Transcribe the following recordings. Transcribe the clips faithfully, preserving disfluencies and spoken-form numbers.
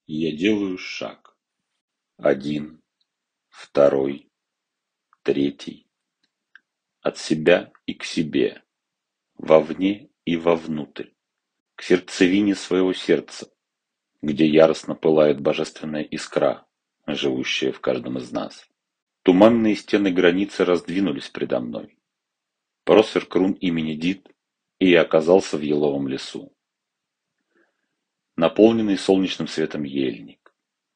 И я делаю шаг. Один, второй, третий. От себя и к себе, вовне и вовнутрь, к сердцевине своего сердца, где яростно пылает божественная искра, живущая в каждом из нас. Туманные стены границы раздвинулись предо мной. Просверк рун имени Дид, и я оказался в еловом лесу. Наполненный солнечным светом ельник.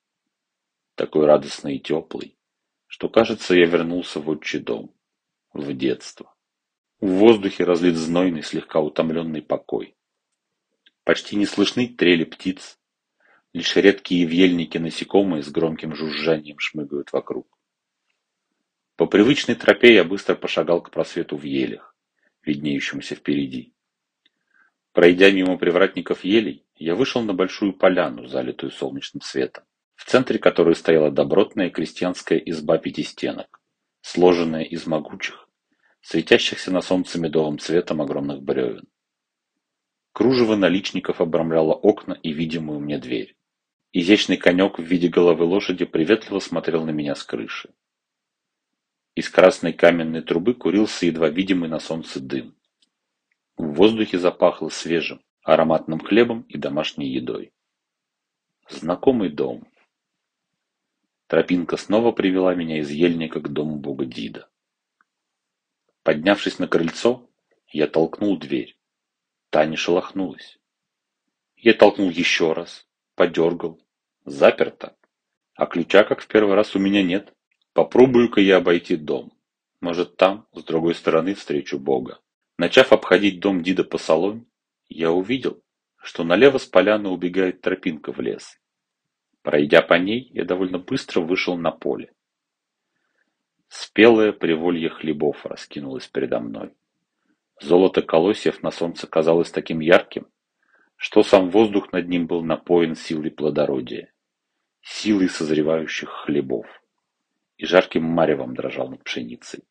Такой радостный и теплый, что, кажется, я вернулся в отчий дом, в детство. В воздухе разлит знойный, слегка утомленный покой. Почти не слышны трели птиц, лишь редкие в ельнике насекомые с громким жужжанием шмыгают вокруг. По привычной тропе я быстро пошагал к просвету в елях, виднеющемуся впереди. Пройдя мимо привратников елей, я вышел на большую поляну, залитую солнечным светом, в центре которой стояла добротная крестьянская изба пятистенок, сложенная из могучих, светящихся на солнце медовым цветом огромных бревен. Кружево наличников обрамляло окна и видимую мне дверь. Изящный конек в виде головы лошади приветливо смотрел на меня с крыши. Из красной каменной трубы курился едва видимый на солнце дым. В воздухе запахло свежим, ароматным хлебом и домашней едой. Знакомый дом. Тропинка снова привела меня из ельника к дому бога Дида. Поднявшись на крыльцо, я толкнул дверь. Та не шелохнулась. Я толкнул еще раз, подергал. Заперто. А ключа, как в первый раз, у меня нет. Попробую-ка я обойти дом. Может, там, с другой стороны, встречу Бога. Начав обходить дом Дида по соломе, я увидел, что налево с поляны убегает тропинка в лес. Пройдя по ней, я довольно быстро вышел на поле. Спелое приволье хлебов раскинулось передо мной. Золото колосьев на солнце казалось таким ярким, что сам воздух над ним был напоен силой плодородия, силой созревающих хлебов, и жарким маревом дрожал над пшеницей.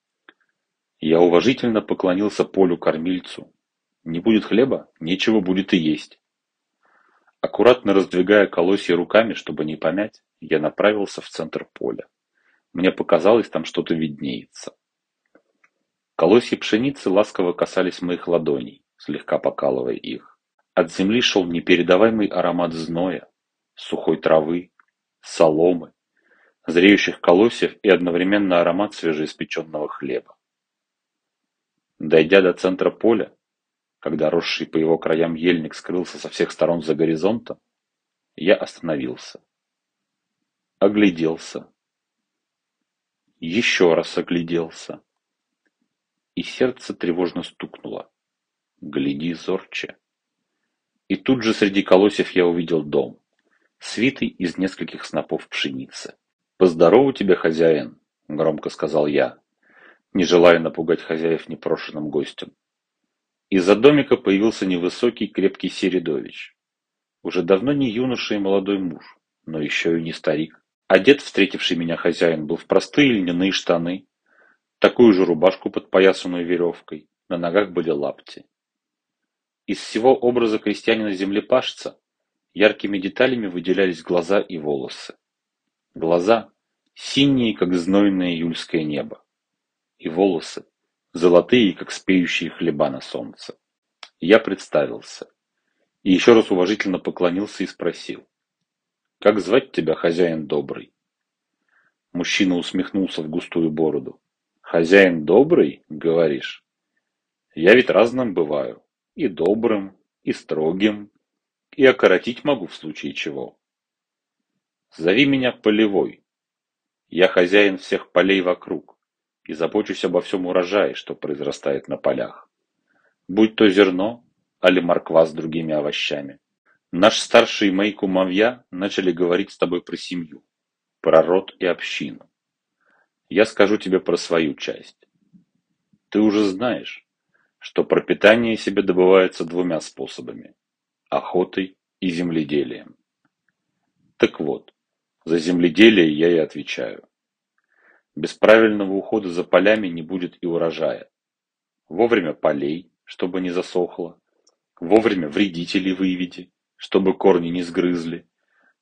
Я уважительно поклонился полю-кормильцу. Не будет хлеба, нечего будет и есть. Аккуратно раздвигая колосья руками, чтобы не помять, я направился в центр поля. Мне показалось, там что-то виднеется. Колосья пшеницы ласково касались моих ладоней, слегка покалывая их. От земли шел непередаваемый аромат зноя, сухой травы, соломы, зреющих колосьев и одновременно аромат свежеиспеченного хлеба. Дойдя до центра поля, когда росший по его краям ельник скрылся со всех сторон за горизонтом, я остановился. Огляделся. Еще раз огляделся. И сердце тревожно стукнуло. Гляди зорче. И тут же среди колосьев я увидел дом, свитый из нескольких снопов пшеницы. «Поздорову тебе, хозяин», — громко сказал я, не желая напугать хозяев непрошенным гостем. Из-за домика появился невысокий, крепкий Середович. Уже давно не юноша и молодой муж, но еще и не старик. Одет встретивший меня хозяин был в простые льняные штаны, такую же рубашку, подпоясанную веревкой, на ногах были лапти. Из всего образа крестьянина-землепашца яркими деталями выделялись глаза и волосы. Глаза синие, как знойное июльское небо, и волосы золотые, как спеющие хлеба на солнце. Я представился и еще раз уважительно поклонился и спросил: «Как звать тебя, хозяин добрый?» Мужчина усмехнулся в густую бороду. «Хозяин добрый, говоришь? Я ведь разным бываю, и добрым, и строгим, и окоротить могу в случае чего. Зови меня Полевой. Я хозяин всех полей вокруг и забочусь обо всем урожае, что произрастает на полях. Будь то зерно, али морква с другими овощами. Наш старший мои кумовья начали говорить с тобой про семью, про род и общину. Я скажу тебе про свою часть. Ты уже знаешь, что пропитание себе добывается двумя способами – охотой и земледелием. Так вот, за земледелие я и отвечаю. Без правильного ухода за полями не будет и урожая. Вовремя полей, чтобы не засохло, вовремя вредителей выведи, чтобы корни не сгрызли,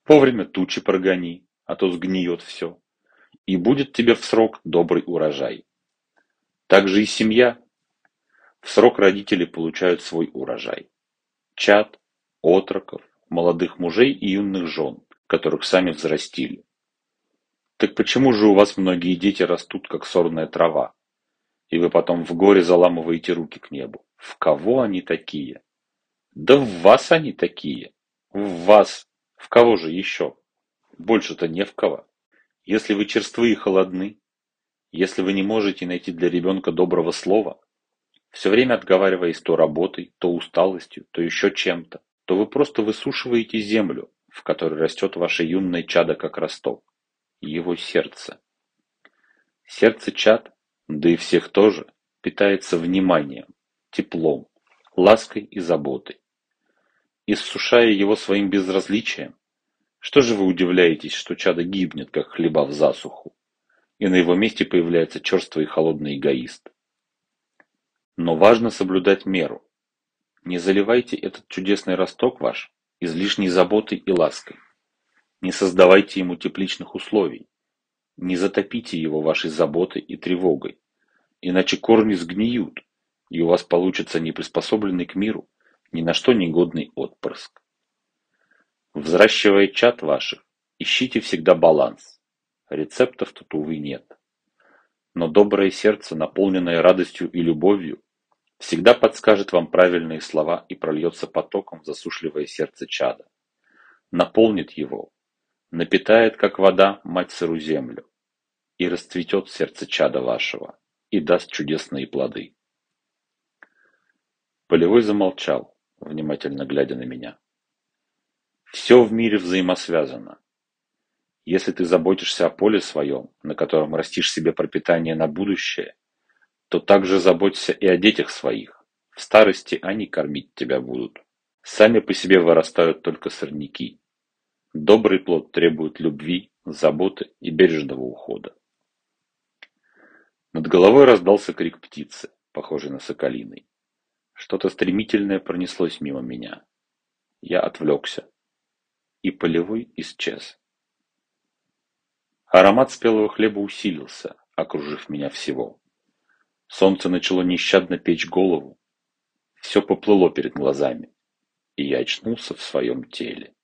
Вовремя тучи прогони, а то сгниет все, и будет тебе в срок добрый урожай. Так же и семья. В срок родители получают свой урожай. Чад, отроков, молодых мужей и юных жен, которых сами взрастили. Так почему же у вас многие дети растут, как сорная трава, и вы потом в горе заламываете руки к небу? В кого они такие? Да в вас они такие. В вас. В кого же еще? Больше-то не в кого. Если вы черствы и холодны, если вы не можете найти для ребенка доброго слова, все время отговариваясь то работой, то усталостью, то еще чем-то, то вы просто высушиваете землю, в которой растет ваше юное чадо как росток, его сердце. Сердце чад, да и всех тоже, питается вниманием, теплом, лаской и заботой. Иссушая его своим безразличием, что же вы удивляетесь, что чадо гибнет, как хлеба в засуху, и на его месте появляется черствый и холодный эгоист? Но важно соблюдать меру. Не заливайте этот чудесный росток ваш излишней заботой и лаской. Не создавайте ему тепличных условий. Не затопите его вашей заботой и тревогой. Иначе корни сгниют, и у вас получится неприспособленный к миру, ни на что негодный отпрыск. Взращивая чад ваших, ищите всегда баланс. Рецептов тут, увы, нет. Но доброе сердце, наполненное радостью и любовью, всегда подскажет вам правильные слова и прольется потоком в засушливое сердце чада. Наполнит его, напитает, как вода, мать сыру землю, и расцветет сердце чада вашего, и даст чудесные плоды. Полевой замолчал, внимательно глядя на меня. Все в мире взаимосвязано. Если ты заботишься о поле своем, на котором растишь себе пропитание на будущее, то также заботься и о детях своих. В старости они кормить тебя будут. Сами по себе вырастают только сорняки. Добрый плод требует любви, заботы и бережного ухода. Над головой раздался крик птицы, похожий на соколиный. Что-то стремительное пронеслось мимо меня. Я отвлекся, и полевой исчез. Аромат спелого хлеба усилился, окружив меня всего. Солнце начало нещадно печь голову. Все поплыло перед глазами, и я очнулся в своем теле.